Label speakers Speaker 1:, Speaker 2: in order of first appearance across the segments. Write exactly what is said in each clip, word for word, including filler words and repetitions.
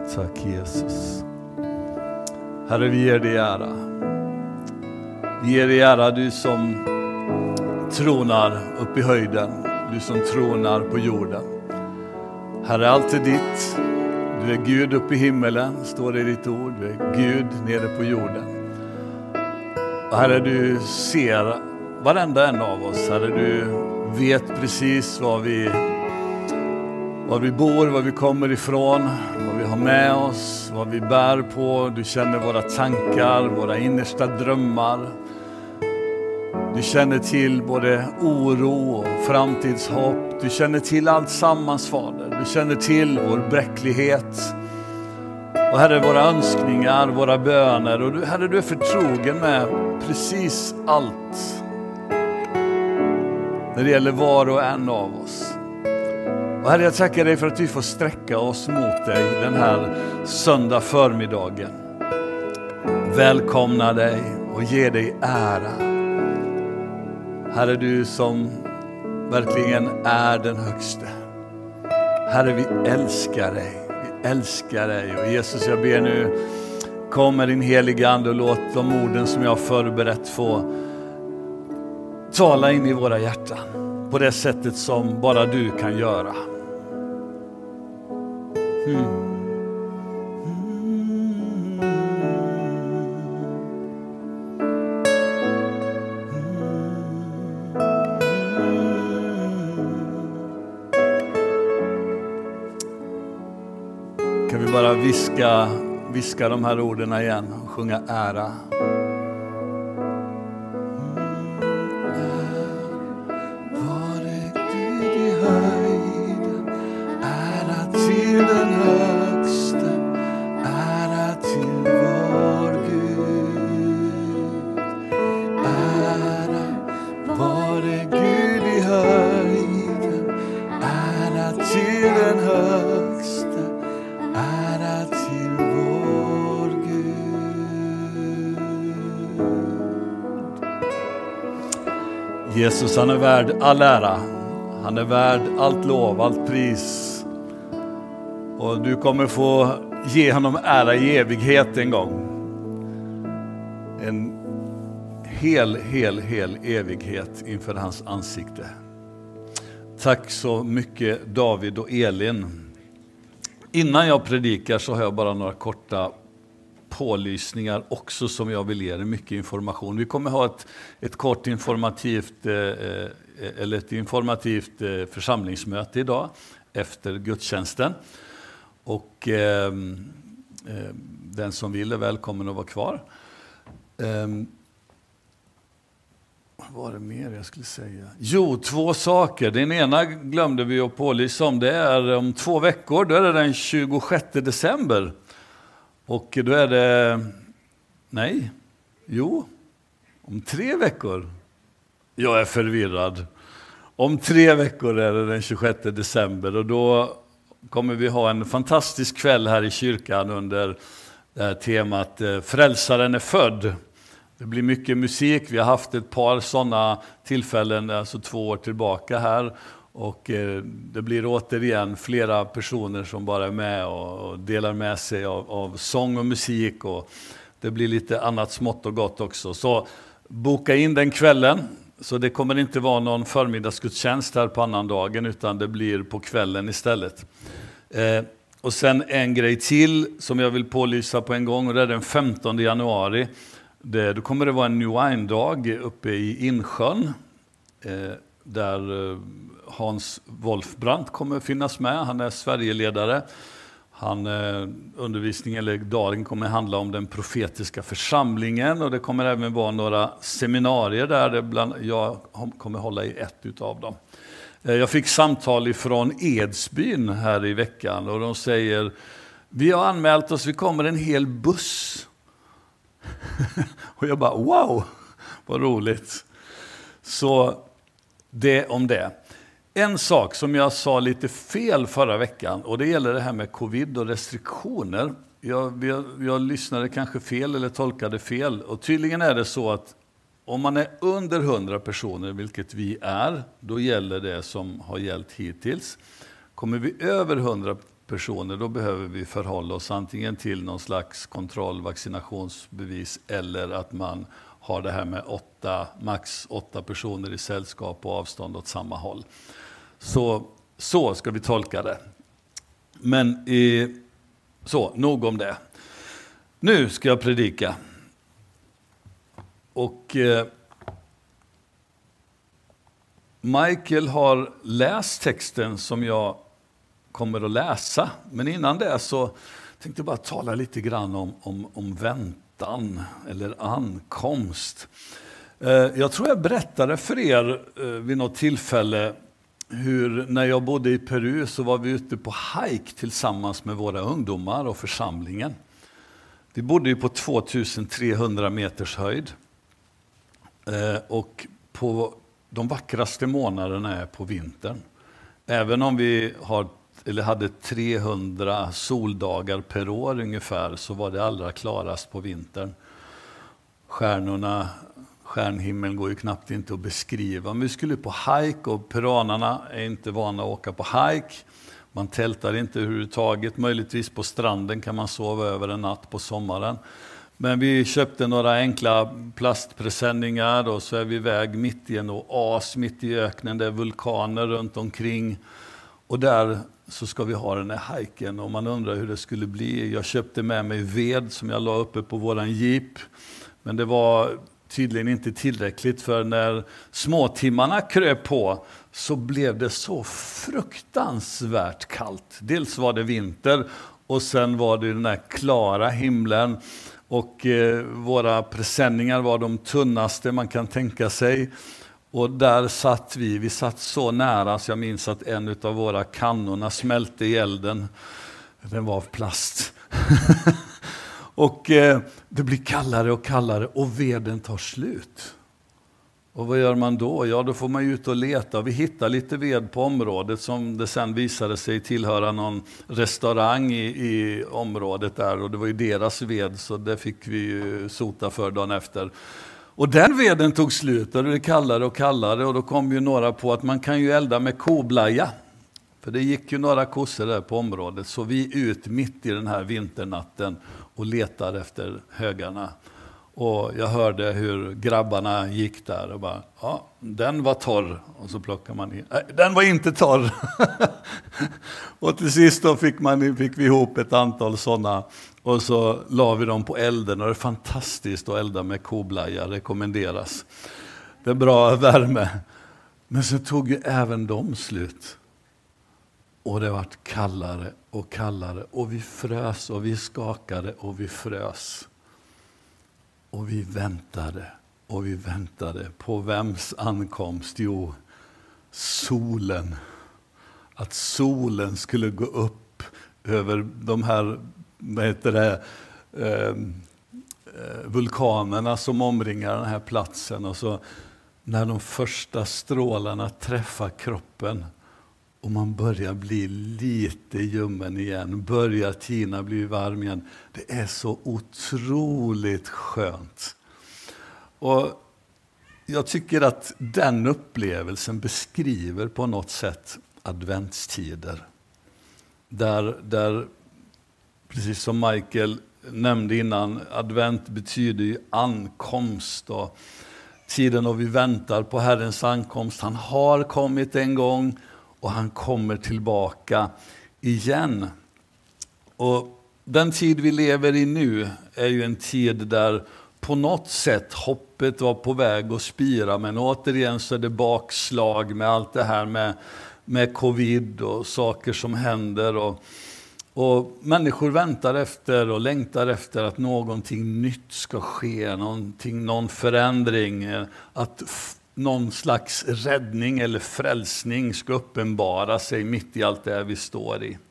Speaker 1: Tack Jesus. Herre, vi ger dig ära. Vi ger dig ära, du som tronar upp i höjden. Du som tronar på jorden. Herre, allt är ditt. Du är Gud uppe i himmelen, står det i ditt ord. Du är Gud nere på jorden. Och Herre, du ser varenda en av oss. Herre, du vet precis var vi, var vi bor, var vi kommer ifrån, vad vi har med oss, vad vi bär på. Du känner våra tankar, våra innersta drömmar. Du känner till både oro och framtidshopp. Du känner till allt sammans, Fader. Du känner till vår bräcklighet. Och Herre, våra önskningar, våra böner. Och du, Herre, du är förtrogen med precis allt. När det gäller var och en av oss. Och Herre, jag tackar dig för att vi får sträcka oss mot dig den här söndag förmiddagen. Välkomna dig och ge dig ära. Herre, du som verkligen är den högste. Herre, vi älskar dig. Vi älskar dig. Och Jesus, jag ber nu, kom med din heliga ande och låt de orden som jag har förberett få tala in i våra hjärtan. På det sättet som bara du kan göra. Hmm. Kan vi bara viska, viska de här orden igen och sjunga ära. Jesus, han är värd all ära. Han är värd allt lov, allt pris. Och du kommer få ge honom ära i evighet en gång. En hel, hel, hel evighet inför hans ansikte. Tack så mycket David och Elin. Innan jag predikar så har jag bara några korta pålysningar också som jag vill ge er mycket information. Vi kommer ha ett, ett kort informativt eh, eller ett informativt eh, församlingsmöte idag efter gudstjänsten. Och eh, eh, den som vill är välkommen att vara kvar. Eh, vad var det mer jag skulle säga? Jo, två saker. Den ena glömde vi att pålysa om. Det är om två veckor, då är det den tjugosjätte december. Och då är det, nej, jo, om tre veckor. Jag är förvirrad. Om tre veckor är det den tjugosjätte december och då kommer vi ha en fantastisk kväll här i kyrkan under det här temat Frälsaren är född. Det blir mycket musik, vi har haft ett par sådana tillfällen, alltså två år tillbaka här. Och eh, det blir återigen flera personer som bara är med och, och delar med sig av, av sång och musik. Och det blir lite annat smått och gott också. Så boka in den kvällen. Så det kommer inte vara någon förmiddagsgudstjänst här på annan dagen utan det blir på kvällen istället. Eh, och sen en grej till som jag vill pålysa på en gång och det är den femtonde januari. Det, då kommer det vara en New Wine-dag uppe i Insjön. Eh, där... Eh, Hans Wolfbrandt kommer finnas med. Han är Sverigeledare. Han, eh, undervisningen eller dagen kommer handla om den profetiska församlingen. Och det kommer även vara några seminarier där. Det bland, jag kommer hålla i ett utav dem. Eh, jag fick samtal ifrån Edsbyn här i veckan. Och de säger, vi har anmält oss, vi kommer en hel buss. Och jag bara, wow, vad roligt. Så det om det. En sak som jag sa lite fel förra veckan och det gäller det här med covid och restriktioner. Jag, jag, jag lyssnade kanske fel eller tolkade fel och tydligen är det så att om man är under hundra personer, vilket vi är, då gäller det som har gällt hittills. Kommer vi över hundra personer, då behöver vi förhålla oss antingen till någon slags kontroll, vaccinationsbevis, eller att man har det här med åtta, max åtta personer i sällskap och avstånd åt samma håll. Så, så ska vi tolka det. Men i, så, nog om det. Nu ska jag predika. Och eh, Michael har läst texten som jag kommer att läsa. Men innan det så tänkte jag bara tala lite grann om, om, om väntan eller ankomst. Eh, jag tror jag berättade för er eh, vid något tillfälle hur när jag bodde i Peru så var vi ute på hike tillsammans med våra ungdomar och församlingen. Vi bodde ju på tvåtusen-trehundra meters höjd. Eh, och på de vackraste månaderna är på vintern. Även om vi har, eller hade trehundra soldagar per år ungefär, så var det allra klarast på vintern. Stjärnorna, stjärnhimmeln går ju knappt inte att beskriva. Men vi skulle på hike och peruanerna är inte vana att åka på hike. Man tältar inte överhuvudtaget. Möjligtvis på stranden kan man sova över en natt på sommaren. Men vi köpte några enkla plastpresenningar och så är vi iväg mitt i en oas, mitt i öknen. Det är vulkaner runt omkring. Och där så ska vi ha den här hiken och man undrar hur det skulle bli. Jag köpte med mig ved som jag la uppe på våran jeep. Men det var tydligen inte tillräckligt, för när småtimmarna kröp på så blev det så fruktansvärt kallt. Dels var det vinter och sen var det den där klara himlen. Och eh, våra presenningar var de tunnaste man kan tänka sig. Och där satt vi, vi satt så nära så jag minns att en av våra kannorna smälte i elden. Den var av plast. och eh, det blir kallare och kallare och veden tar slut. Och vad gör man då? Ja, då får man ut och leta. Vi hittar lite ved på området som det sen visade sig tillhöra någon restaurang i, i området där. Och det var ju deras ved, så det fick vi ju sota för dagen efter. Och den veden tog slut och det blev kallare och kallare. Och då kom ju några på att man kan ju elda med koblaja. För det gick ju några kossor där på området. Så vi ut mitt i den här vinternatten och letar efter högarna. Och jag hörde hur grabbarna gick där och bara, ja, den var torr. Och så plockar man in, nej, den var inte torr. och till sist då fick, man, fick vi ihop ett antal sådana. Och så la vi dem på elden och det är fantastiskt att elda med koblaja, rekommenderas. Det är bra värme. Men så tog ju även de slut. Och det vart kallare och kallare. Och vi frös och vi skakade och vi frös. Och vi väntade och vi väntade på vems ankomst? Jo, solen. Att solen skulle gå upp över de här, vad heter det, eh, vulkanerna som omringar den här platsen. Och så när de första strålarna träffar kroppen och man börjar bli lite ljummen igen, börjar tina bli varm igen. Det är så otroligt skönt. Och jag tycker att den upplevelsen beskriver på något sätt adventstider. Där, där precis som Michael nämnde innan, advent betyder ju ankomst och tiden då vi väntar på Herrens ankomst. Han har kommit en gång och han kommer tillbaka igen. Och den tid vi lever i nu är ju en tid där på något sätt hoppet var på väg att spira. Men återigen så är det bakslag med allt det här med, med covid och saker som händer. Och, och människor väntar efter och längtar efter att någonting nytt ska ske. Någonting, någon förändring. Att någon slags räddning eller frälsning ska uppenbara sig mitt i allt det vi står i.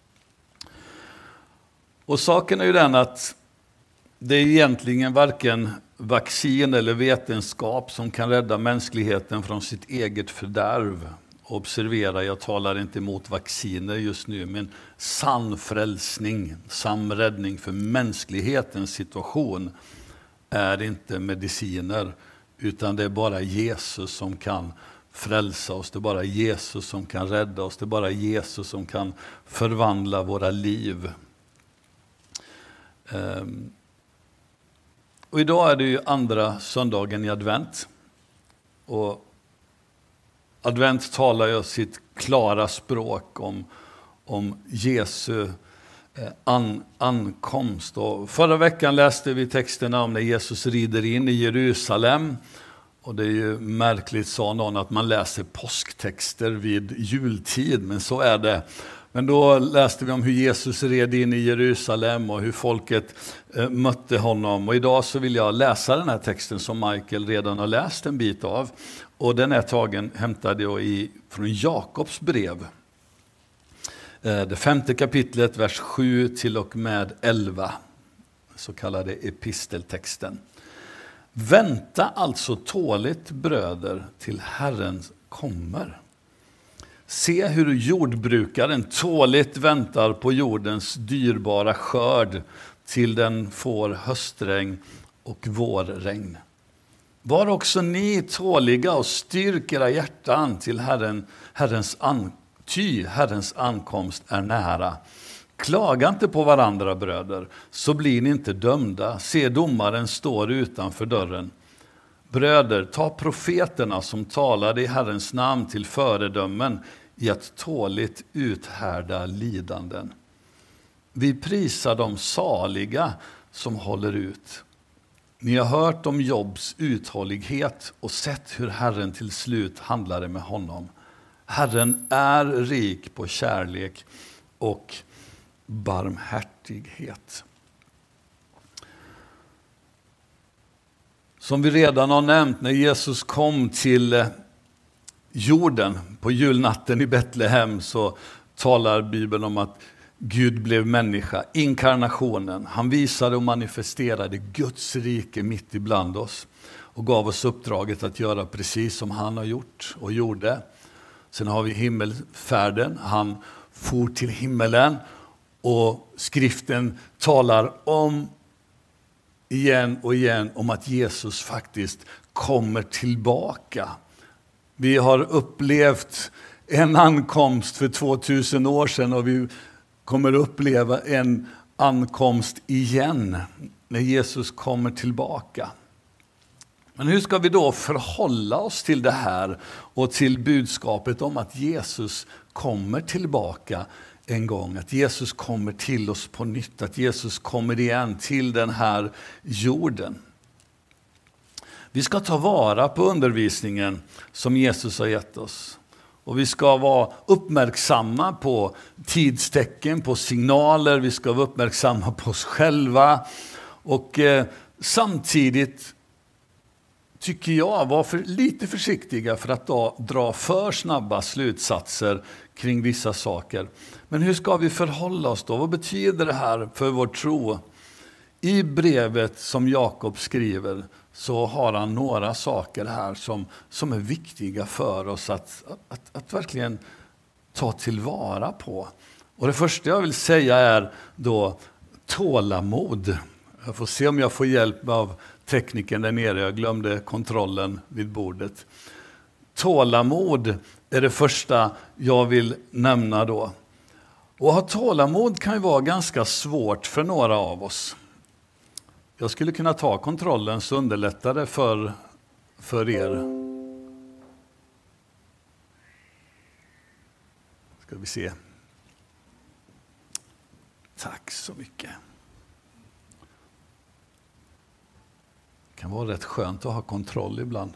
Speaker 1: Och saken är ju den att det är egentligen varken vaccin eller vetenskap som kan rädda mänskligheten från sitt eget fördärv. Observera, jag talar inte emot vacciner just nu, men sann frälsning, sann räddning för mänsklighetens situation är inte mediciner, utan det är bara Jesus som kan frälsa oss. Det är bara Jesus som kan rädda oss. Det är bara Jesus som kan förvandla våra liv. Um, och idag är det ju andra söndagen i advent. Och advent talar ju sitt klara språk om, om Jesu An, ankomst. Och förra veckan läste vi texterna om när Jesus rider in i Jerusalem. Och det är ju märkligt, sa någon, att man läser påsktexter vid jultid, men så är det. Men då läste vi om hur Jesus red in i Jerusalem och hur folket eh, mötte honom. Och idag så vill jag läsa den här texten som Michael redan har läst en bit av. Och den är tagen, hämtad jag i, från Jakobs brev. Det femte kapitlet, vers sju till och med elva, så kallade episteltexten. Vänta alltså tåligt, bröder, till Herren kommer. Se hur jordbrukaren tåligt väntar på jordens dyrbara skörd till den får höstregn och vårregn. Var också ni tåliga och styrk era hjärtan till Herren, Herrens ankomst. Ty Herrens ankomst är nära. Klaga inte på varandra, bröder, så blir ni inte dömda. Se, domaren står utanför dörren. Bröder, ta profeterna som talade i Herrens namn till föredömen i att tåligt uthärda lidanden. Vi prisar de saliga som håller ut. Ni har hört om Jobs uthållighet och sett hur Herren till slut handlade med honom. Herren är rik på kärlek och barmhärtighet. Som vi redan har nämnt, när Jesus kom till jorden på julnatten i Betlehem, så talar Bibeln om att Gud blev människa, inkarnationen. Han visade och manifesterade Guds rike mitt ibland oss och gav oss uppdraget att göra precis som han har gjort och gjorde. Sen har vi himmelfärden, han for till himmelen, och skriften talar om igen och igen om att Jesus faktiskt kommer tillbaka. Vi har upplevt en ankomst för tvåtusen år sedan och vi kommer uppleva en ankomst igen när Jesus kommer tillbaka. Men hur ska vi då förhålla oss till det här och till budskapet om att Jesus kommer tillbaka en gång? Att Jesus kommer till oss på nytt, att Jesus kommer igen till den här jorden. Vi ska ta vara på undervisningen som Jesus har gett oss. Och vi ska vara uppmärksamma på tidstecken, på signaler. Vi ska vara uppmärksamma på oss själva. Och eh, samtidigt tycker jag var för, lite försiktiga för att då, dra för snabba slutsatser kring vissa saker. Men hur ska vi förhålla oss då? Vad betyder det här för vår tro? I brevet som Jakob skriver så har han några saker här som, som är viktiga för oss att, att, att verkligen ta tillvara på. Och det första jag vill säga är då tålamod. Jag får se om jag får hjälp av tekniken där nere. Jag glömde kontrollen vid bordet. Tålamod är det första jag vill nämna då. Och att ha tålamod kan ju vara ganska svårt för några av oss. Jag skulle kunna ta kontrollen så underlättar det för, för er. Ska vi se. Tack så mycket. Det kan vara rätt skönt att ha kontroll ibland.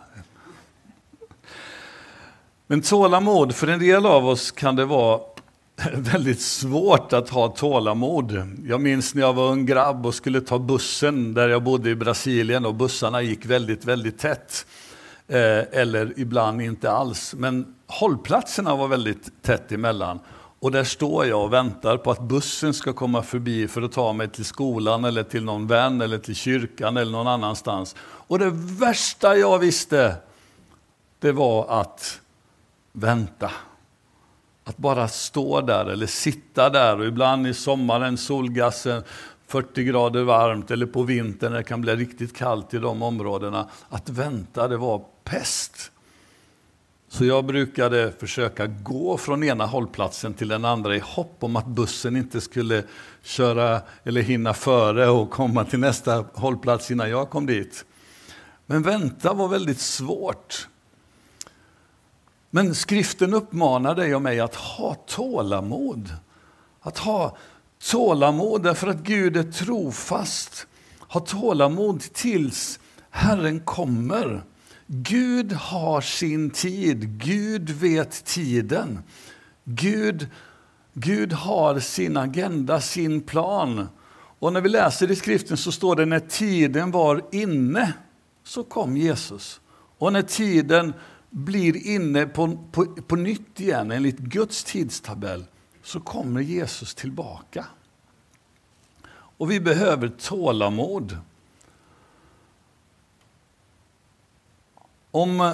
Speaker 1: Men tålamod, för en del av oss kan det vara väldigt svårt att ha tålamod. Jag minns när jag var en grabb och skulle ta bussen där jag bodde i Brasilien, och bussarna gick väldigt, väldigt tätt. Eh, eller ibland inte alls. Men hållplatserna var väldigt tätt emellan. Och där står jag och väntar på att bussen ska komma förbi för att ta mig till skolan eller till någon vän eller till kyrkan eller någon annanstans. Och det värsta jag visste, det var att vänta. Att bara stå där eller sitta där, och ibland i sommaren, solgassen, fyrtio grader varmt, eller på vintern när det kan bli riktigt kallt i de områdena. Att vänta, det var pest. Så jag brukade försöka gå från ena hållplatsen till den andra i hopp om att bussen inte skulle köra eller hinna före och komma till nästa hållplats innan jag kom dit. Men vänta var väldigt svårt. Men skriften uppmanar dig och mig att ha tålamod. Att ha tålamod därför att Gud är trofast. Ha tålamod tills Herren kommer. Gud har sin tid. Gud vet tiden. Gud, Gud har sin agenda, sin plan. Och när vi läser i skriften så står det när tiden var inne så kom Jesus. Och när tiden blir inne på, på, på nytt igen enligt Guds tidstabell så kommer Jesus tillbaka. Och vi behöver tålamod. Om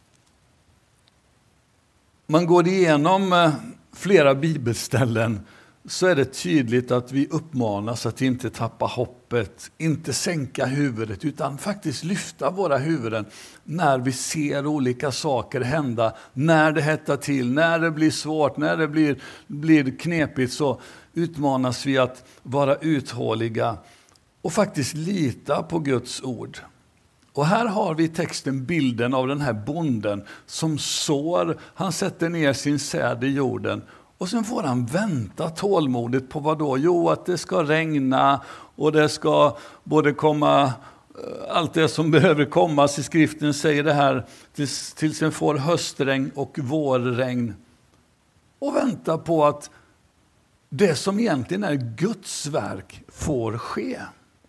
Speaker 1: man går igenom flera bibelställen så är det tydligt att vi uppmanas att inte tappa hoppet, inte sänka huvudet utan faktiskt lyfta våra huvuden när vi ser olika saker hända, när det hettar till, när det blir svårt, när det blir, blir knepigt så utmanas vi att vara uthålliga och faktiskt lita på Guds ord. Och här har vi i texten bilden av den här bonden som sår, han sätter ner sin säd i jorden. Och sen får han vänta tålmodigt på vad då? Jo, att det ska regna och det ska både komma, allt det som behöver komma. I skriften säger det här, tills, tills en får höstregn och vårregn. Och vänta på att det som egentligen är Guds verk får ske.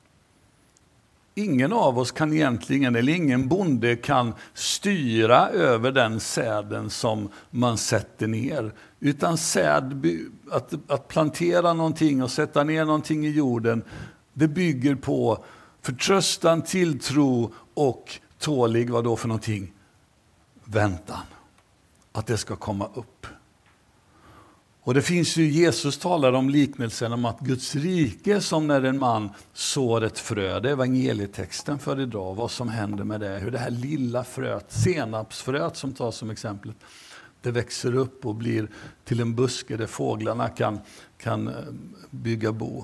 Speaker 1: Ingen av oss kan egentligen, eller ingen bonde kan styra över den säden som man sätter ner. Utan säd, att, att plantera någonting och sätta ner någonting i jorden, det bygger på förtröstan, tilltro och tålig, vad då för någonting? Väntan. Att det ska komma upp. Och det finns ju, Jesus talar om liknelsen om att Guds rike som när en man sår ett frö. Det är evangelietexten för idag, vad som händer med det. Hur det här lilla fröet, senapsfröet som tas som exempel, det växer upp och blir till en buske där fåglarna kan, kan bygga bo.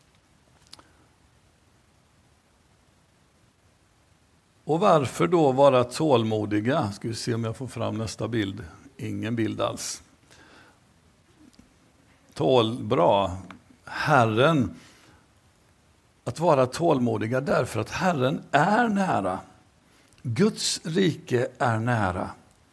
Speaker 1: Och varför då vara tålmodiga? Ska vi se om jag får fram nästa bild. Ingen bild alls. Tål, bra. Herren, att vara tålmodiga därför att Herren är nära. Guds rike är nära.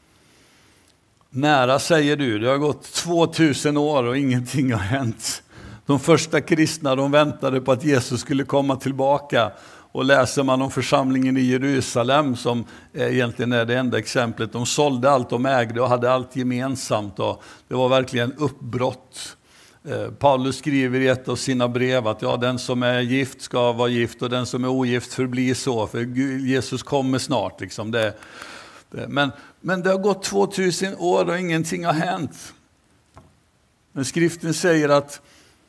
Speaker 1: Nära säger du, det har gått tvåtusen år och ingenting har hänt. De första kristna, de väntade på att Jesus skulle komma tillbaka. Och läser man om församlingen i Jerusalem som egentligen är det enda exemplet. De sålde allt de ägde och hade allt gemensamt. Och det var verkligen uppbrott. Paulus skriver i ett av sina brev att ja, den som är gift ska vara gift och den som är ogift förblir så. För Jesus kommer snart. Liksom. Det, det. Men, men det har gått tvåtusen år och ingenting har hänt. Men skriften säger att,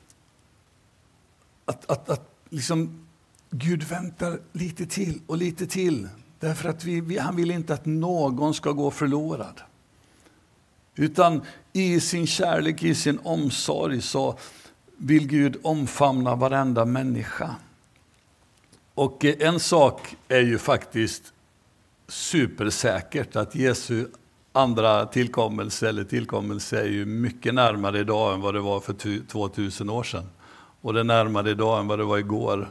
Speaker 1: att, att, att liksom, Gud väntar lite till och lite till. Därför att vi, vi, han vill inte att någon ska gå förlorad. Utan i sin kärlek, i sin omsorg så vill Gud omfamna varenda människa. Och en sak är ju faktiskt supersäkert, att Jesu andra tillkommelse eller tillkommelse är ju mycket närmare idag än vad det var för tvåtusen år sedan. Och det är närmare idag än vad det var igår.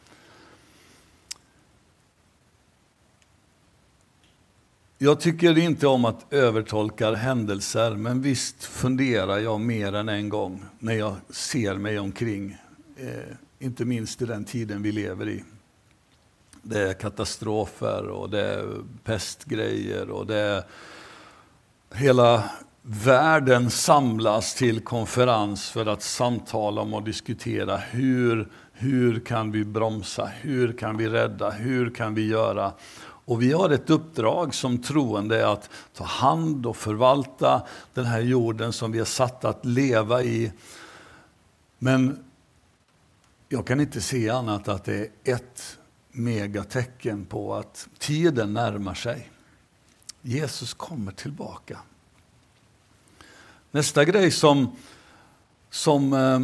Speaker 1: Jag tycker inte om att övertolka händelser, men visst funderar jag mer än en gång när jag ser mig omkring. Eh, inte minst i den tiden vi lever i. Det är katastrofer och det är pestgrejer och det är hela världen samlas till konferens för att samtala om och diskutera hur, hur kan vi bromsa, hur kan vi rädda, hur kan vi göra. Och vi har ett uppdrag som troende att ta hand och förvalta den här jorden som vi är satt att leva i. Men jag kan inte se annat att det är ett megatecken på att tiden närmar sig. Jesus kommer tillbaka. Nästa grej som, som eh,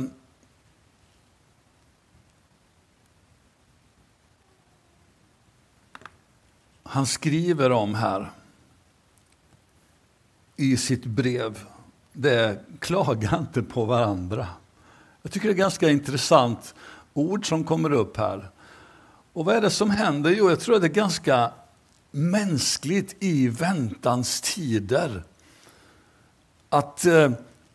Speaker 1: han skriver om här i sitt brev, det är klaga inte på varandra. Jag tycker det är ganska intressant ord som kommer upp här. Och vad är det som händer? Jo, jag tror att det är ganska mänskligt i väntans tider. Att eh,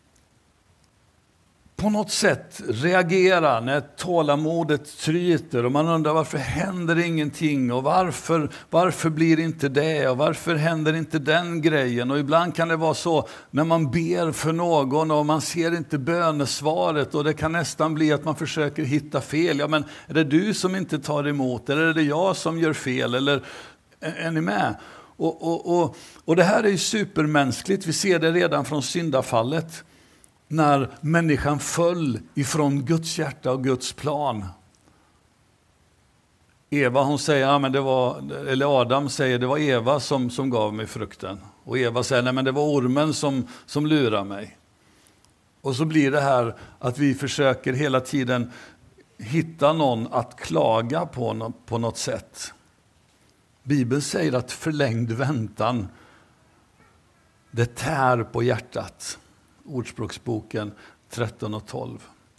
Speaker 1: på något sätt reagera när tålamodet tryter och man undrar varför händer ingenting och varför, varför blir inte det och varför händer inte den grejen. Och ibland kan det vara så när man ber för någon och man ser inte bönesvaret och det kan nästan bli att man försöker hitta fel. Ja, men är det du som inte tar emot eller är det jag som gör fel eller är, är ni med? Och, och, och, och det här är ju supermänskligt, vi ser det redan från syndafallet. När människan föll ifrån Guds hjärta och Guds plan. Eva hon säger, ja, men det var, eller Adam säger det var Eva som, som gav mig frukten. Och Eva säger, nej men det var ormen som, som lurade mig. Och så blir det här att vi försöker hela tiden hitta någon att klaga på på något sätt. Bibeln säger att förlängd väntan, det tär på hjärtat. Ordspråksboken tretton och tolv.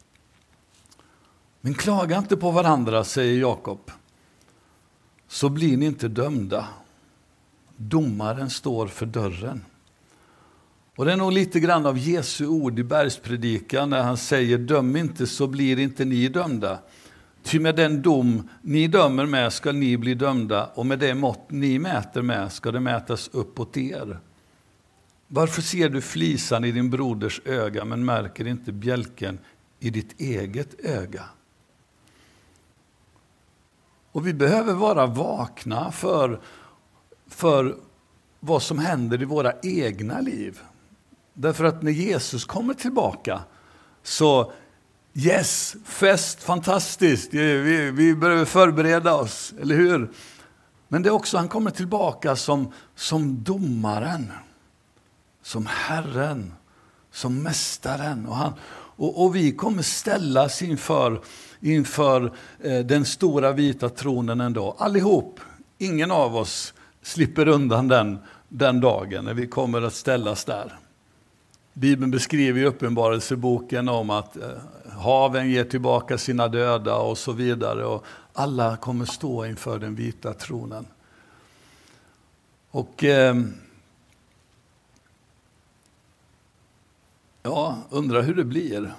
Speaker 1: Men klaga inte på varandra, säger Jakob. Så blir ni inte dömda. Domaren står för dörren. Och det är nog lite grann av Jesu ord i bergspredikan när han säger döm inte så blir inte ni dömda. Ty med den dom ni dömer med ska ni bli dömda och med det mått ni mäter med ska det mätas uppåt er. Varför ser du flisan i din broders öga men märker inte bjälken i ditt eget öga? Och vi behöver vara vakna för, för vad som händer i våra egna liv. Därför att när Jesus kommer tillbaka så yes, fest, fantastiskt. Vi, vi behöver förbereda oss, eller hur? Men det är också, han kommer tillbaka som, som domaren. Som Herren, som mästaren. Och, han, och, och vi kommer ställas inför, inför eh, den stora vita tronen en dag. Allihop, ingen av oss slipper undan den, den dagen när vi kommer att ställas där. Bibeln beskriver i Uppenbarelseboken om att eh, haven ger tillbaka sina döda och så vidare. Och alla kommer stå inför den vita tronen. Och... Eh, Ja, undrar hur det blir.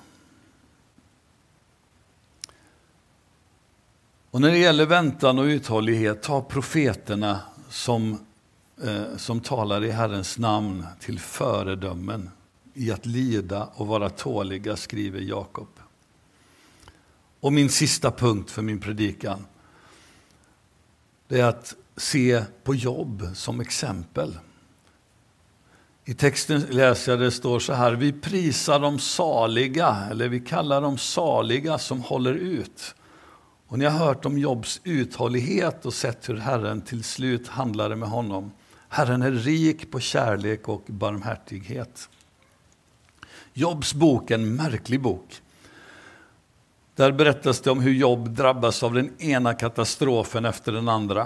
Speaker 1: Och när det gäller väntan och uthållighet, ta profeterna som, eh, som talar i Herrens namn till föredömen i att lida och vara tåliga, skriver Jakob. Och min sista punkt för min predikan, det är att se på Jobb som exempel. I texten läser jag det står så här, vi prisar de saliga, eller vi kallar dem saliga som håller ut. Och ni har hört om Jobs uthållighet och sett hur Herren till slut handlade med honom. Herren är rik på kärlek och barmhärtighet. Jobs bok är en märklig bok. Där berättas det om hur Job drabbas av den ena katastrofen efter den andra.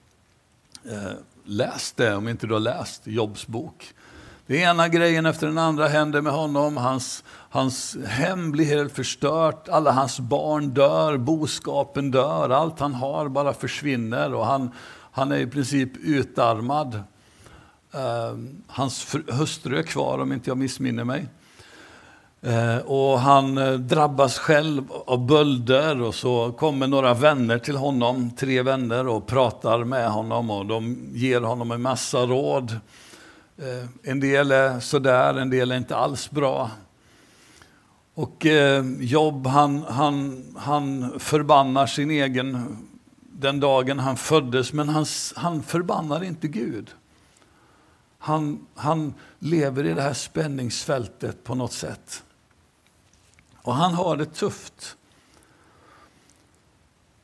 Speaker 1: Läs det om inte du har läst Jobs bok. Det ena grejen efter den andra händer med honom. Hans, hans hem blir helt förstört. Alla hans barn dör. Boskapen dör. Allt han har bara försvinner. Och han, han är i princip utarmad. Uh, hans hustru är kvar om inte jag missminner mig. Uh, och han uh, drabbas själv av bölder. Och så kommer några vänner till honom. Tre vänner och pratar med honom. Och de ger honom en massa råd. En del är sådär, en del är inte alls bra. Och eh, Job, han, han, han förbannar sin egen, den dagen han föddes, men han, han förbannar inte Gud. Han, han lever i det här spänningsfältet på något sätt. Och han har det tufft.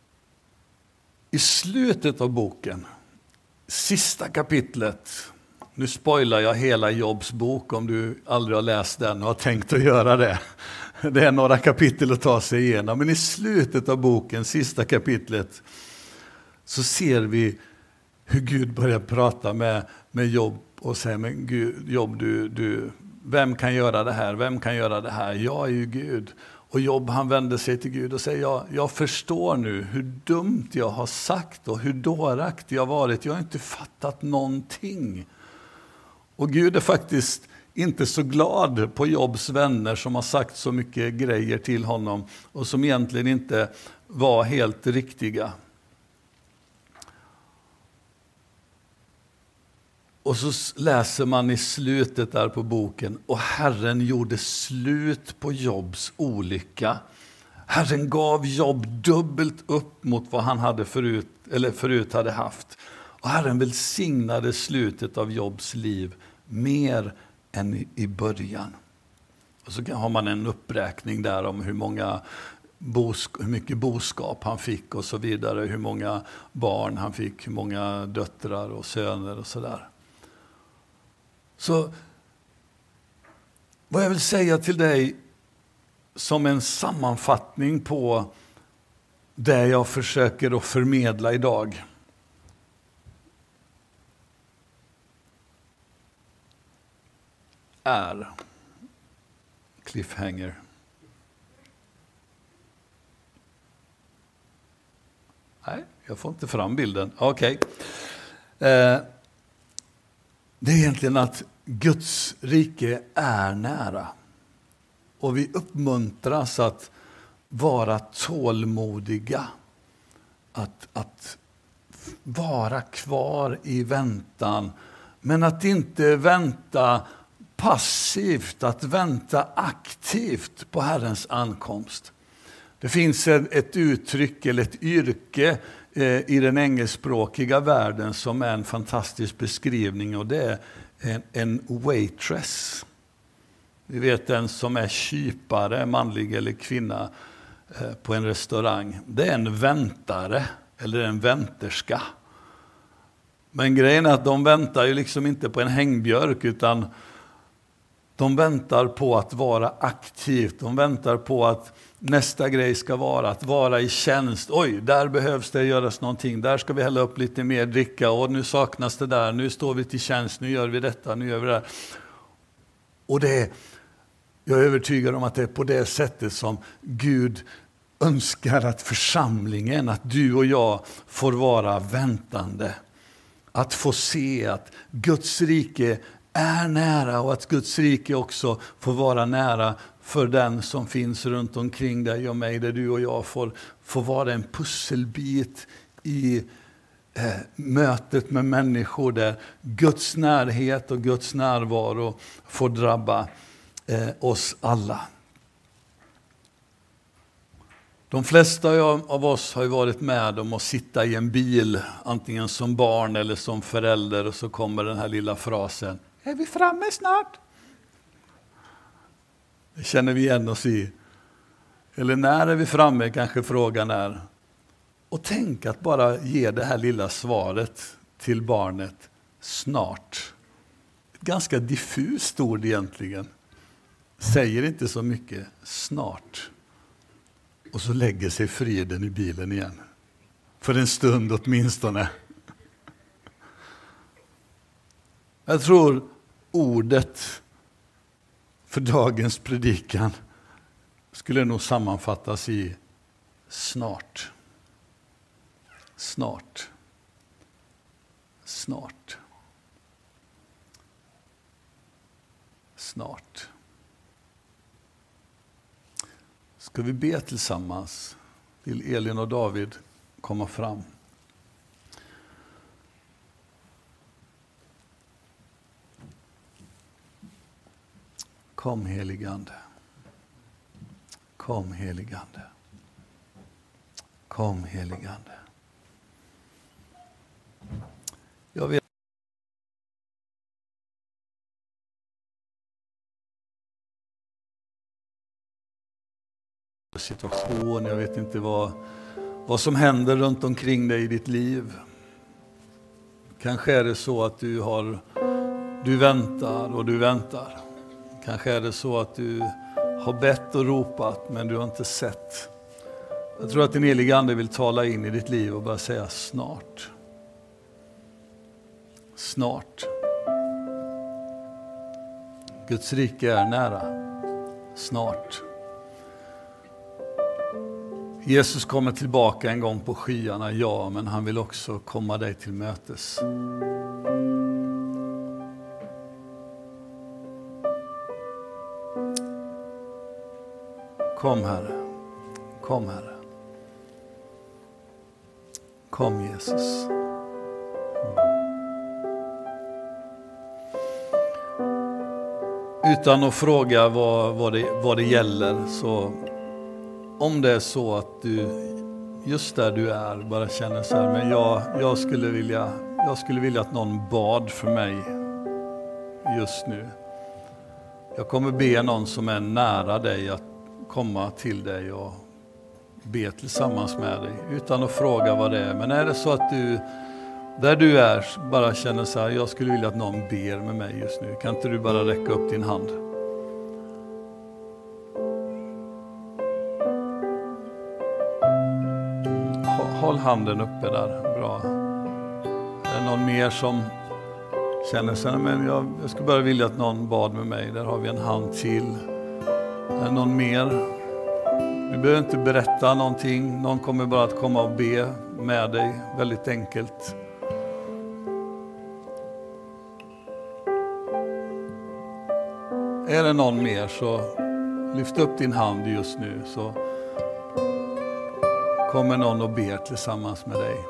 Speaker 1: I slutet av boken, sista kapitlet, nu spoilar jag hela Jobs bok om du aldrig har läst den och har tänkt att göra det. Det är några kapitel att ta sig igenom. Men i slutet av boken, sista kapitlet, så ser vi hur Gud börjar prata med, med Job och säger, men Gud, Job, du, du, vem kan göra det här? Vem kan göra det här? Jag är ju Gud. Och Job, han vänder sig till Gud och säger, jag, jag förstår nu hur dumt jag har sagt och hur dåraktig jag har varit. Jag har inte fattat någonting. Och Gud är faktiskt inte så glad på Jobs vänner som har sagt så mycket grejer till honom och som egentligen inte var helt riktiga. Och så läser man i slutet där på boken, och Herren gjorde slut på Jobs olycka. Herren gav Job dubbelt upp mot vad han hade förut, eller förut hade haft. Och Herren välsignade slutet av Jobs liv mer än i början. Och så har man en uppräkning där om hur många bosk- hur mycket boskap han fick och så vidare, hur många barn han fick, hur många döttrar och söner och sådär. Så vad jag vill säga till dig som en sammanfattning på det jag försöker att förmedla idag är cliffhanger. Nej, jag får inte fram bilden. Okej. Okay. Eh, det är egentligen att Guds rike är nära. Och vi uppmuntras att vara tålmodiga. Att, att vara kvar i väntan. Men att inte vänta passivt, att vänta aktivt på Herrens ankomst. Det finns ett uttryck eller ett yrke i den engelskspråkiga världen som är en fantastisk beskrivning, och det är en, en waitress. Vi vet den som är kypare, manlig eller kvinna, på en restaurang. Det är en väntare eller en vänterska. Men grejen är att de väntar ju liksom inte på en hängbjörk, utan de väntar på att vara aktivt. De väntar på att nästa grej ska vara att vara i tjänst. Oj, där behövs det göras någonting. Där ska vi hälla upp lite mer dricka. Och nu saknas det där. Nu står vi till tjänst. Nu gör vi detta. Nu gör vi det där. Och det är, jag är övertygad om att det är på det sättet som Gud önskar att församlingen, att du och jag får vara väntande. Att få se att Guds rike är nära, och att Guds rike också får vara nära för den som finns runt omkring dig och mig, där du och jag får, får vara en pusselbit i eh, mötet med människor, där Guds närhet och Guds närvaro får drabba eh, oss alla. De flesta av oss har ju varit med om att sitta i en bil, antingen som barn eller som förälder, och så kommer den här lilla frasen: är vi framme snart? Det känner vi igen oss i. Eller när är vi framme, kanske frågan är. Och tänk att bara ge det här lilla svaret till barnet: snart. Ett ganska diffust ord egentligen. Säger inte så mycket. Snart. Och så lägger sig friden i bilen igen. För en stund åtminstone. Jag tror ordet för dagens predikan skulle nog sammanfattas i snart. Snart. Snart. Snart. Ska vi be tillsammans? Vill Elin och David komma fram? Kom, heligande. Kom, heligande. Kom, heligande. Jag vet situation, jag vet inte vad, vad som händer runt omkring dig i ditt liv. Kanske är det så att du har Du väntar och du väntar. Kanske är det så att du har bett och ropat men du har inte sett. Jag tror att den helige Ande vill tala in i ditt liv och bara säga snart. Snart. Guds rike är nära. Snart. Jesus kommer tillbaka en gång på skyarna, ja, men han vill också komma dig till mötes. Kom Herre, kom Herre. Kom Jesus. Utan att fråga vad, vad, det, vad det gäller, så om det är så att du just där du är bara känner så här, men jag, jag, skulle vilja, jag skulle vilja att någon bad för mig just nu. Jag kommer be någon som är nära dig att komma till dig och be tillsammans med dig utan att fråga vad det är. Men är det så att du där du är bara känner så här, jag skulle vilja att någon ber med mig just nu, kan inte du bara räcka upp din hand? Håll handen uppe där, bra. Är det någon mer som känner så här, men jag, jag skulle bara vilja att någon bad med mig, där har vi en hand till. Är det någon mer? Du behöver inte berätta någonting, någon kommer bara att komma och be med dig, väldigt enkelt. Är det någon mer, så lyft upp din hand just nu, så kommer någon och ber tillsammans med dig.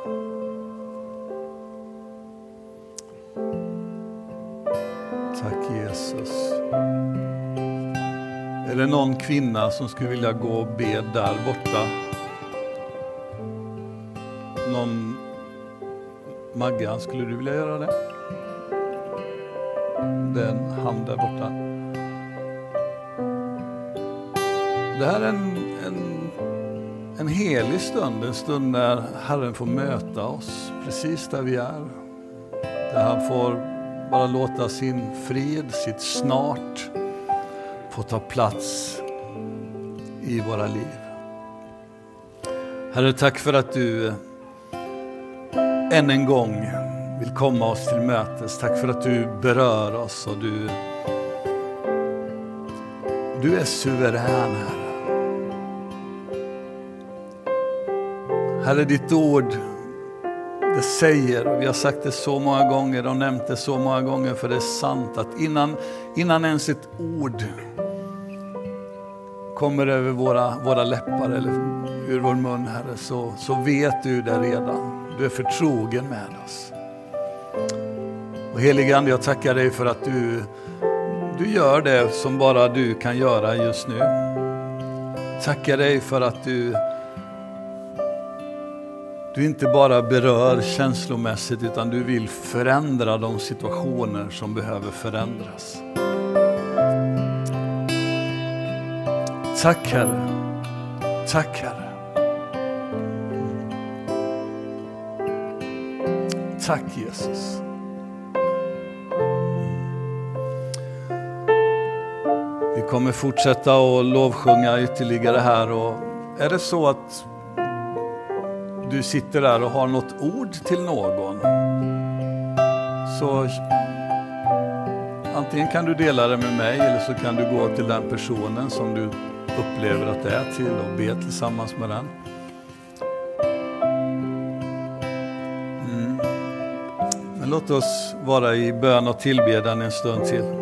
Speaker 1: Tack Jesus. Är det någon kvinna som skulle vilja gå och be där borta? Någon Maggan, skulle du vilja göra det? Den hand där borta. Det här är en, en, en helig stund, en stund när Herren får möta oss precis där vi är. Där han får bara låta sin frid, sitt snart få ta plats i våra liv. Herre, tack för att du än en gång vill komma oss till mötes. Tack för att du berör oss och du, du är suverän, Herre. Herre, ditt ord, det säger, och vi har sagt det så många gånger och nämnt det så många gånger, för det är sant att innan, innan ens ett ord kommer över våra, våra läppar eller ur vår mun, Herre, så, så vet du det redan. Du är förtrogen med oss. Och helige Ande, jag tackar dig för att du, du gör det som bara du kan göra just nu. Tackar dig för att du Du inte bara berör känslomässigt, utan du vill förändra de situationer som behöver förändras. Tack Herre. Tack Herre. Tack Jesus. Vi kommer fortsätta att lovsjunga ytterligare här, och är det så att du sitter där och har något ord till någon, så antingen kan du dela det med mig, eller så kan du gå till den personen som du upplever att det är till och be tillsammans med den. Mm. Men låt oss vara i bön och tillbedjan en stund till.